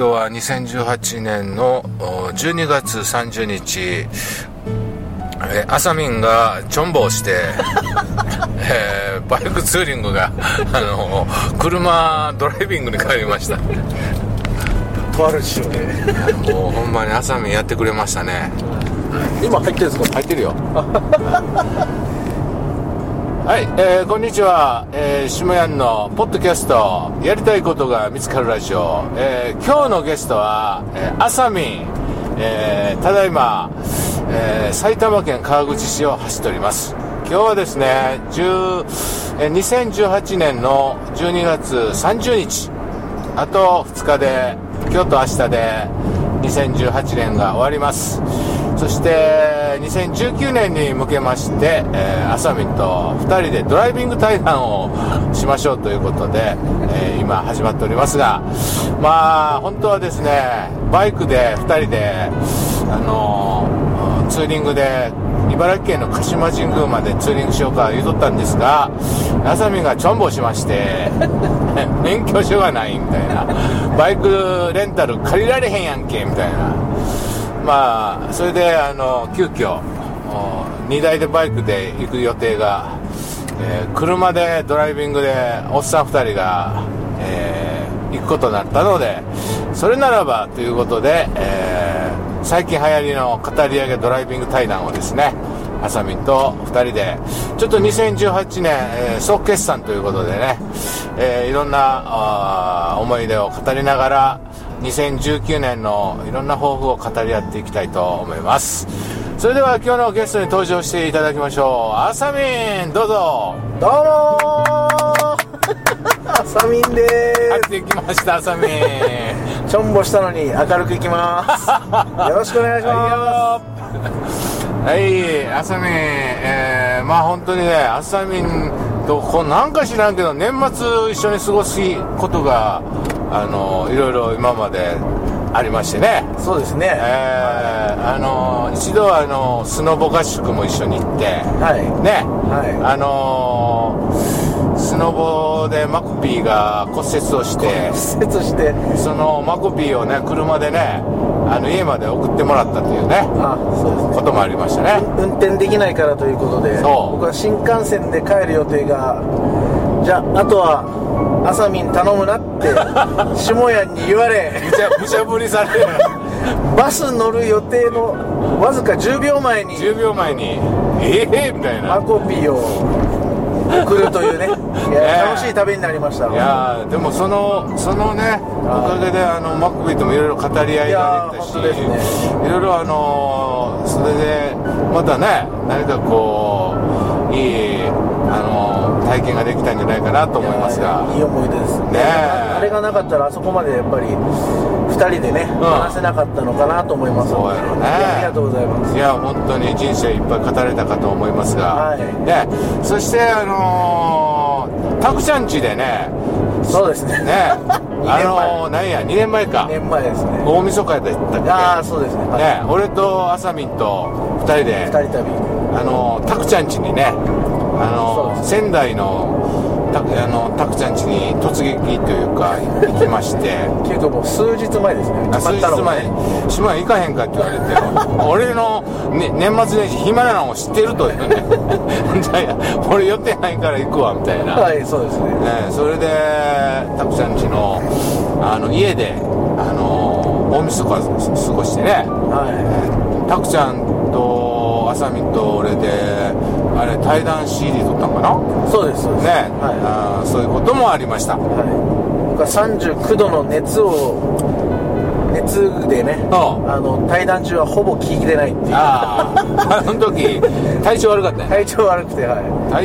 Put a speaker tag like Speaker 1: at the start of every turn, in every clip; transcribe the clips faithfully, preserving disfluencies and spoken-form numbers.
Speaker 1: 今日はにせんじゅうはちねんのじゅうにがつさんじゅうにち、えー、あさみんがチョンボをして、えー、バイクツーリングがあの車ドライビングに帰りました。
Speaker 2: とある事情で
Speaker 1: もうほんまにあさみんやってくれましたね。
Speaker 2: 今入ってるんですか？
Speaker 1: 入ってるよはい、えー、こんにちは、えー、下屋のポッドキャストやりたいことが見つかるラジオ、えー、今日のゲストは、えー、あさみん、えー、ただいま、えー、埼玉県川口市を走っております。今日はですね10、えー、にせんじゅうはちねんのじゅうにがつさんじゅうにち、あとふつかで今日と明日でにせんじゅうはちねんが終わります。そしてにせんじゅうきゅうねんに向けまして、えー、あさみんとふたりでドライビング対談をしましょうということで、えー、今始まっておりますが、まあ本当はですねバイクでふたりで、あのー、ツーリングで茨城県の鹿島神宮までツーリングしようか言うとったんですが、あさみんがチョンボしまして免許証がないみたいな、バイクレンタル借りられへんやんけみたいな、まあそれであの急遽にだいでバイクで行く予定が、えー、車でドライビングでおっさんふたりが、えー、行くことになったので、それならばということで、えー、最近流行りの語り上げドライビング対談をですね、あさみんとふたりでちょっとにせんじゅうはちねん、えー、総決算ということでね、えー、いろんな思い出を語りながらにせんじゅうきゅうねんのいろんな抱負を語り合っていきたいと思います。それでは今日のゲストに登場していただきましょう。あさみんどうぞ。
Speaker 2: どうもあさみんで
Speaker 1: ーす。帰ってきました。あさみん
Speaker 2: チョンボしたのに明るくいきますよろしくお願いします。
Speaker 1: はい、あさみん、えー、まあ本当にね、あさみんとこうなんか知らんけど年末一緒に過ごすことがあのいろいろ今までありましてね。
Speaker 2: そうですね、
Speaker 1: えー、あの一度はあのスノボ合宿も一緒に行って、
Speaker 2: はい
Speaker 1: ね、
Speaker 2: はい、
Speaker 1: あのスノボでマコピーが骨折をして
Speaker 2: 骨折して
Speaker 1: そのマコピーをね車でねあの家まで送ってもらったというね、
Speaker 2: あ、そうですね、
Speaker 1: こともありましたね。
Speaker 2: 運転できないからということで、
Speaker 1: そう
Speaker 2: 僕は新幹線で帰る予定が、じゃああとはあさみん頼むなって下屋に言われ
Speaker 1: むちゃむちゃぶりされ
Speaker 2: バス乗る予定のわずかじゅうびょうまえに
Speaker 1: じゅうびょうまえにええー、みたいな
Speaker 2: マコピーを送るというねいや楽しい旅になりました。
Speaker 1: いやでもそのそのねおかげであのマコピーともいろいろ語り合いができたし、いろいろあのそれでまたね何かこういいあの体験ができたんじゃないかなと思いますが、
Speaker 2: いい思い出ですね。あれがなかったらあそこまでやっぱりふたりでね、うん、話せなかったのかなと思います。
Speaker 1: そうやろね。
Speaker 2: ありがとうございます。
Speaker 1: いや本当に人生いっぱい語れたかと思いますが、はいね、そしてあのー、タクちゃん家でね、
Speaker 2: そうですね
Speaker 1: ねあのー、何やにねんまえか
Speaker 2: にねんまえですね、
Speaker 1: 大晦日だったっけ。
Speaker 2: ああそうですね、はい、
Speaker 1: ね俺とあさみんとふたりで
Speaker 2: ふたり旅、
Speaker 1: あのー、タクちゃん家にね、あのー、仙台のたあのタクちゃん家に突撃というか行きまして
Speaker 2: 結構もう数日前ですね。
Speaker 1: 数日前に島へ行かへんかって言われて俺の、ね、年末年始暇なのを知ってるというね俺予定ないから行くわみたいな、
Speaker 2: はいそうですね、
Speaker 1: ねそれでタクちゃん家の、あの家であの大晦日過ごしてね、はい、タクちゃんとあさみんと俺であれ対談 シーディー 撮ったのかな。
Speaker 2: そうですそうです
Speaker 1: ね、はい、あそういうこともありました。はい、
Speaker 2: 僕はさんじゅうきゅうどの熱を熱でね、あの対談中はほぼ聞いてないっていう。
Speaker 1: ああの時体調悪かったね。
Speaker 2: 体調悪くて、はい、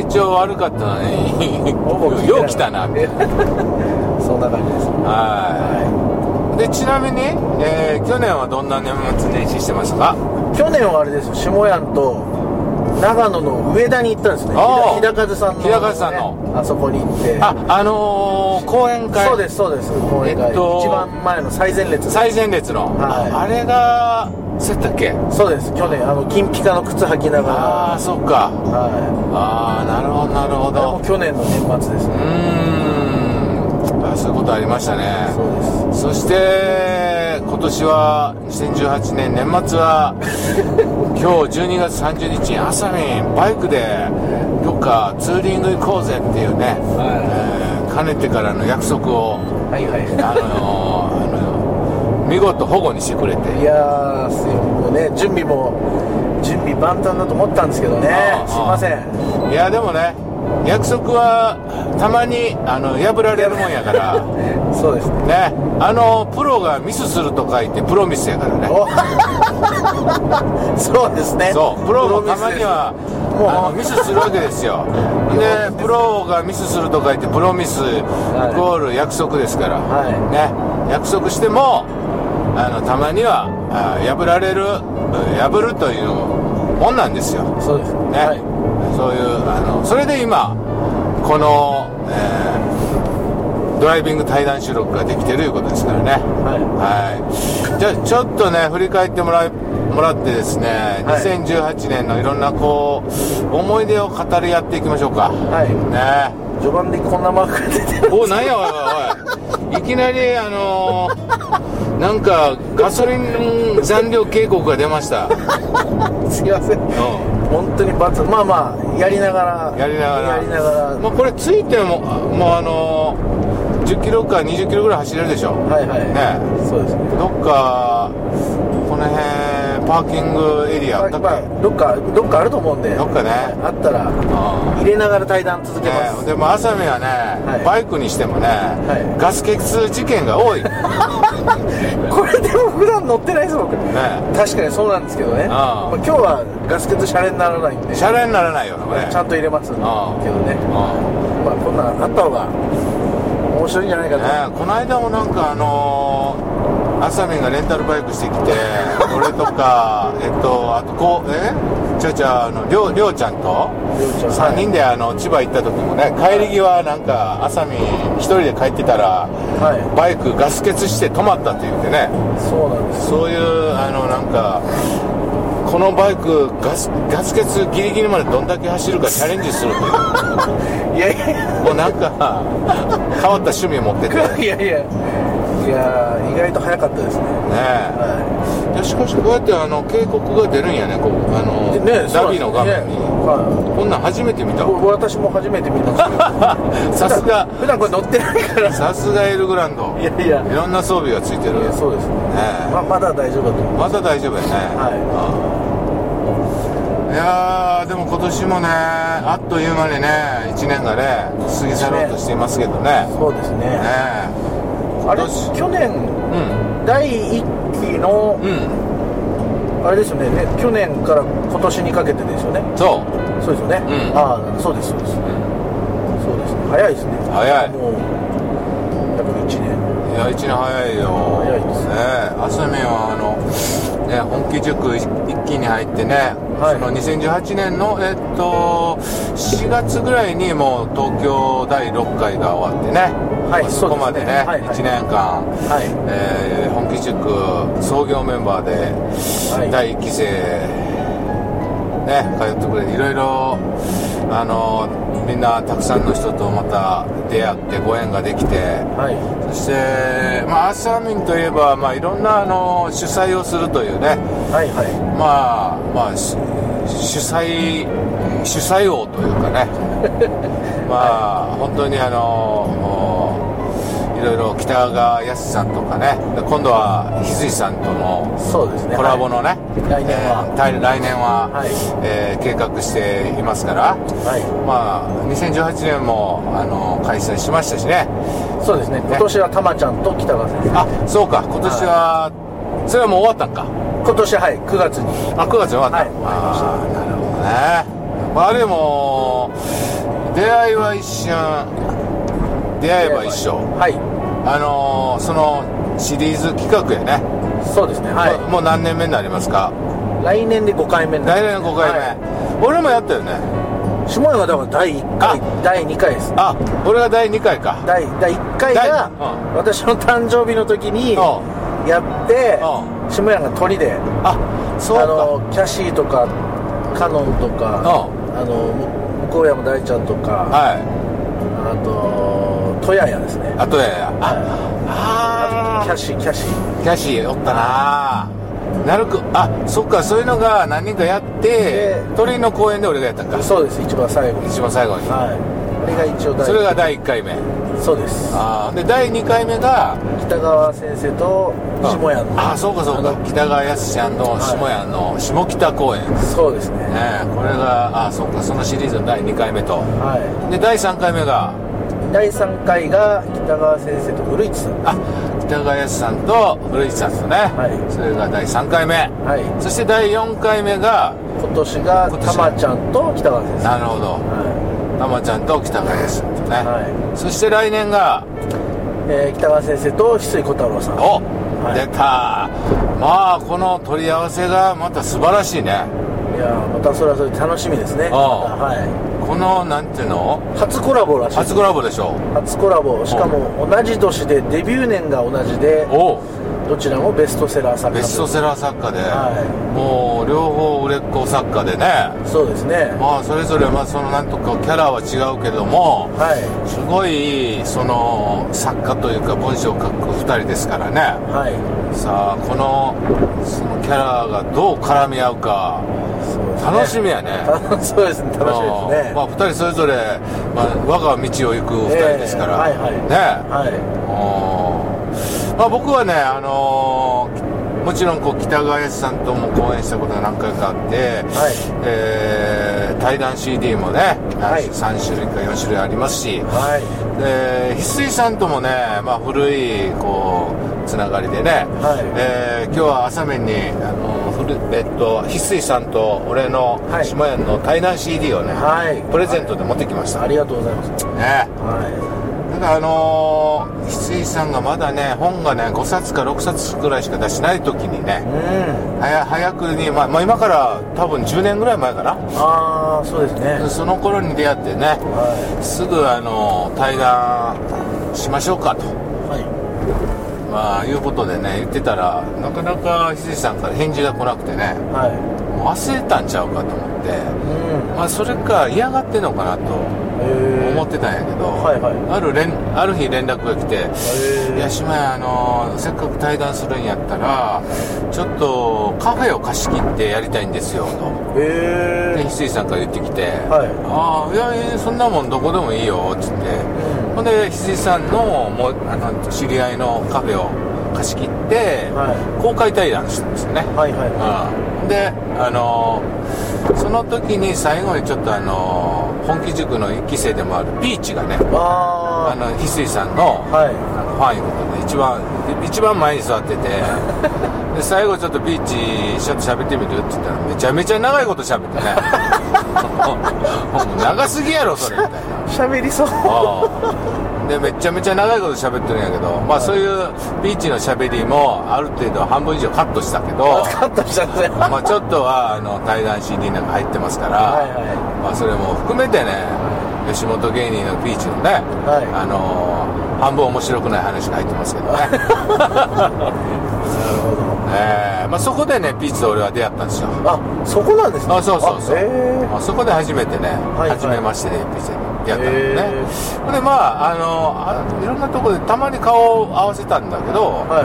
Speaker 1: 体調悪かったのに
Speaker 2: ほぼ聞いてない
Speaker 1: よう来たなみたいな
Speaker 2: そんな感じです。
Speaker 1: はい。でちなみに、えー、去年はどんな年末年始してましたか。
Speaker 2: 去年はあれですよ、下屋と長野の上田に行ったんですね。日高津さんの、ね、
Speaker 1: 日高津さんの
Speaker 2: あそこに行って、
Speaker 1: あ、あのー、講演会。
Speaker 2: そうですそうです、講演会、えっと、一番前の最前列
Speaker 1: 最前列の、はい、あ, あれがそうやったっけ。
Speaker 2: そうです、去年あの金ピカの靴履きながら。
Speaker 1: ああそっか、はい、ああなるほどなるほど。
Speaker 2: あれも去年の年末ですね。
Speaker 1: うーんあそういうことありましたね。
Speaker 2: そうです。
Speaker 1: そして今年はにせんじゅうはちねん年末は今日じゅうにがつさんじゅうにちにあさみんバイクでどっかツーリング行こうぜっていうね、はいえー、かねてからの約束を、はいはいあのー、あの見事保護にしてくれて、
Speaker 2: いやーすいもうね準備も準備万端だと思ったんですけどね。ああすいません。
Speaker 1: いやでもね約束はたまにあの破られるもんやから
Speaker 2: そうです ね,
Speaker 1: ねあのプロがミスすると書いてプロミスやからね
Speaker 2: そうですね。
Speaker 1: そうプロもたまにはもうあのミスするわけですよでプロがミスすると書いてプロミスイコール約束ですから、はいね、約束してもあのたまにはあ破られる破るというもんなんですよ。
Speaker 2: そうですね、はい、
Speaker 1: そういうあのそれで今この、えー、ドライビング対談収録ができているということですからね。はい、はい、じゃあちょっとね振り返ってもらいもらってですね、はい、にせんじゅうはちねんのいろんなこう思い出を語り合っていきましょうか。はいね
Speaker 2: 序盤でこんなマークが出てる。
Speaker 1: おなんやおいおいいきなりあのー、なんかガソリン残量警告が出ました
Speaker 2: すいません、うん、本当にバツまあまあやりながら
Speaker 1: やりながら
Speaker 2: やりながら、
Speaker 1: まあ、これついてももうあのー、じゅっキロかにじゅっキロぐらい走れるでしょ。
Speaker 2: はいはいねそうですね。
Speaker 1: どっかこの辺パーキングエリアあったっけ、まあ、
Speaker 2: どっかどっかあると思うんで
Speaker 1: どっかね
Speaker 2: あったら入れながら対談続けます、
Speaker 1: ね、でも朝見はね、はい、バイクにしてもね、はい、ガス欠事件が多い
Speaker 2: これでも普段乗ってないです僕、ね、確かにそうなんですけどね、まあ、今日はガス欠シャレにならないんで
Speaker 1: シャレにならないよこれ
Speaker 2: ちゃんと入れますけどねまあこんなんあった方が面白いんじゃないかと、ね、
Speaker 1: この間もなんかあのー、あさみんがレンタルバイクしてきて俺とかえっとあとこうえちゃちゃあのりょうりょうちゃんとさんにんであの千葉行った時もね帰り際なんかあさみん一人で帰ってたら、はい、バイクガス欠して止まったって言ってね。
Speaker 2: そうなんです。
Speaker 1: そういうあのなんかこのバイクガスガス欠ギリギリまでどんだけ走るかチャレンジするといういやいやもうなんか変わった趣味を持ってて
Speaker 2: いやいやいや意外と早かったですね。ね
Speaker 1: え、はい、しかしこうやってあの警告が出るんやねこうあの、ね、ナビの画面に、ねはい、こんなん初めて見た。
Speaker 2: 私も初めて見ま
Speaker 1: したさすが
Speaker 2: 普段これ乗ってないから
Speaker 1: さすがエルグランド。いやいやいろんな装備がついてる。
Speaker 2: そうですね、ねま、まだ大丈夫だと思います。
Speaker 1: まだ大丈夫やね。はい、いやでも今年もねあっという間にねいちねんがね過ぎ去ろうとしていますけどね。
Speaker 2: そうですね。ねあれ去年、うん、だいいっきの、うん、あれですよね、ね去年から今年にかけてですよね。
Speaker 1: そう
Speaker 2: そうですよね、うん、ああそうですそうです、うん、そうですね早いですね。
Speaker 1: 早い
Speaker 2: もう約いちねん。
Speaker 1: いやいちねん早いよ。
Speaker 2: 早いですね。
Speaker 1: あさみはあのね本気塾一期に入ってね、はい、そのにせんじゅうはちねんのえっとしがつぐらいにもう東京だいろっかいが終わってね。はい、そこまでね、はいはい、いちねんかん、はいえー、本気塾創業メンバーで、はい、だいいっきせい、ね、通ってくれていろいろあのみんなたくさんの人とまた出会ってご縁ができて、はい、そしてまああさみんといえば、まあ、いろんなあの主催をするというね、はいはい、まあまあ主催主催王というかねまあ、はい、本当にあのいろいろ北川康さんとかね今度は翡翠さんとのコラボのね、
Speaker 2: はい、来年は、
Speaker 1: えー、来年は、はいえー、計画していますから、はいまあ、にせんじゅうはちねんもあの開催しましたしね。
Speaker 2: そうですね。今年はたまちゃんと北川先生。
Speaker 1: あそうか今年は、はい、それはもう終わったんか。
Speaker 2: 今年ははいくがつに。
Speaker 1: あくがつに終わった、はい、
Speaker 2: 終わりました。
Speaker 1: あなるほどね。まあ、あれも出会いは一瞬出会えば一生。はいあのー、そのシリーズ企画やね。
Speaker 2: そうですねはい。
Speaker 1: もう何年目になりますか。
Speaker 2: 来年でごかいめになります。
Speaker 1: 来年ごかいめ、はい、俺もやったよね。
Speaker 2: 下山がだからだいいっかいだいにかいですね。
Speaker 1: あ俺がだいにかいか。
Speaker 2: だいいっかいが、うん、私の誕生日の時にやって下山が鳥で
Speaker 1: あそうかあ
Speaker 2: のキャシーとかカノンとかあの向山大ちゃんとか、はいあと戸谷屋ですね。
Speaker 1: あとややあ、
Speaker 2: はい、
Speaker 1: あ
Speaker 2: あキャシーキャシー
Speaker 1: キャシーおったな。なるくあそっか、そういうのが何人かやって鳥の公園で俺がやったんか。
Speaker 2: そうです、一番最後に。
Speaker 1: 一番最後に、
Speaker 2: はい、これが一応第
Speaker 1: それがだいいっかいめ。
Speaker 2: そうです。
Speaker 1: あでだいにかいめが
Speaker 2: 北川先生と下谷の、
Speaker 1: ああそうかそうか、北川康ちゃんの下谷の下北公園、
Speaker 2: はい、そうですね、
Speaker 1: ねこれがあそうか、そのシリーズのだいにかいめと、はい、でだいさんかいめが
Speaker 2: だいさんかいが北川先生と古市さん。
Speaker 1: あ北川康さんと古市さんとね、はい、それがだいさんかいめ、はい、そしてだいよんかいめが
Speaker 2: 今年がたまちゃんと北川先生。
Speaker 1: なるほど、たま、はい、ちゃんと北川康さんとね、はい、そして来年が、
Speaker 2: えー、北川先生と翡翠小太郎さん。
Speaker 1: お、はい、出た。まあこの取り合わせがまた素晴らしいね。
Speaker 2: いやまたそれはそれで楽しみですね。また、はい、
Speaker 1: このなんていうの
Speaker 2: 初コラボらしい。
Speaker 1: 初コラボでしょ。
Speaker 2: 初コラボ、しかも同じ年でデビュー年が同じで、おどちらもベストセラー作家。
Speaker 1: ベストセラー作家で、はい、もう両方売れっ子作家でね。
Speaker 2: そうですね。
Speaker 1: まあそれぞれまあそのなんとかキャラは違うけども、はい、すごいその作家というか文章を書くふたりですからね。はい、さあこのそのキャラがどう絡み合うか。楽しみやね。
Speaker 2: そうですね、楽しみですね。
Speaker 1: まあふたりそれぞれ、まあ、我が道を行くふたりですから、えー、はいはい、ね、はい、まあ僕はね、あのー、もちろんこう北川康さんとも講演したことが何回かあって、はい、えー、対談 シーディー もね、はい、さんしゅるいかよんしゅるいありますし、はい、で翡翠さんともね、まあ、古いこうつながりでね、はい、えー、今日は朝面にあのえっと、翡翠さんと俺の下屋の対談 シーディー をね、はい、プレゼントで持ってきました、
Speaker 2: はい、ありがとうございますね、
Speaker 1: はい、ただあのー、翡翠さんがまだね本がねごさつかろくさつくらいしか出しない時にね、うん、早, 早くに、まあまあ、今から多分じゅうねんぐらい前かな。
Speaker 2: ああそうですね。
Speaker 1: その頃に出会ってね、はい、すぐあの対談しましょうかと、はい、まあいうことでね言ってたらなかなか翡翠さんから返事が来なくてね、はい、もう忘れたんちゃうかと思って、うん、まあそれか嫌がってんのかなと思ってたんやけど、はいはい、ある連ある日連絡が来て「いや島屋、あのせっかく対談するんやったらちょっとカフェを貸し切ってやりたいんですよ」とで翡翠さんから言ってきて「はい、ああいやいやそんなもんどこでもいいよ」っつって、うん、ほんで翡翠さんのもうあの知り合いのカフェを貸し切って、はい、公開対談したんですよね。はいはいはい、うん、であのその時に最後にちょっとあの本気塾のいっきせいでもあるピーチがね、ああの翡翠さんの、はい、あのファンいうことで一番一番前に座っててで最後ちょっとピーチちょっと喋ってみるって言ったらめちゃめちゃ長いこと喋ってねもう長すぎやろそれみたいな
Speaker 2: 喋りそう
Speaker 1: でめちゃめちゃ長いこと喋ってるんやけど、まあそういうピーチの喋りもある程度半分以上カットしたけど
Speaker 2: カットしたんですよ
Speaker 1: まあちょっとはあの対談 シーディー なんか入ってますから、はいはい、まあそれも含めてね、はい、吉本芸人のピーチのね、はい、あのー、半分面白くない話が入ってますけどねなるほど、えーまあ、そこでねピーチと俺は出会ったんですよ。
Speaker 2: あそこなんですね。
Speaker 1: あそうそうそう、まあ、そこで初めてね、はいはい、初めましてでピーチにやったのね。でまああのあいろんなところでたまに顔を合わせたんだけど、はい、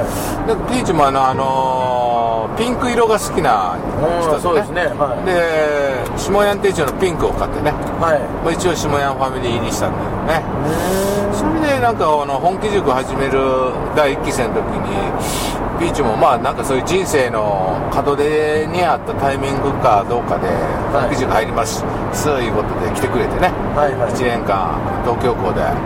Speaker 1: でピーチもあの、あのー、ピンク色が好きな人でね、そうですね、はい、で下屋亭長のピンクを買ってね、はいまあ、一応下屋ファミリー入りしたんだよね。それでなんかあの本気塾始めるだいいっきせいの時にピーチもまあなんかそういう人生の門出にあったタイミングかどうかで本気塾入ります、はい、そういうことで来てくれてね、はいはい、いちねんかん東京校で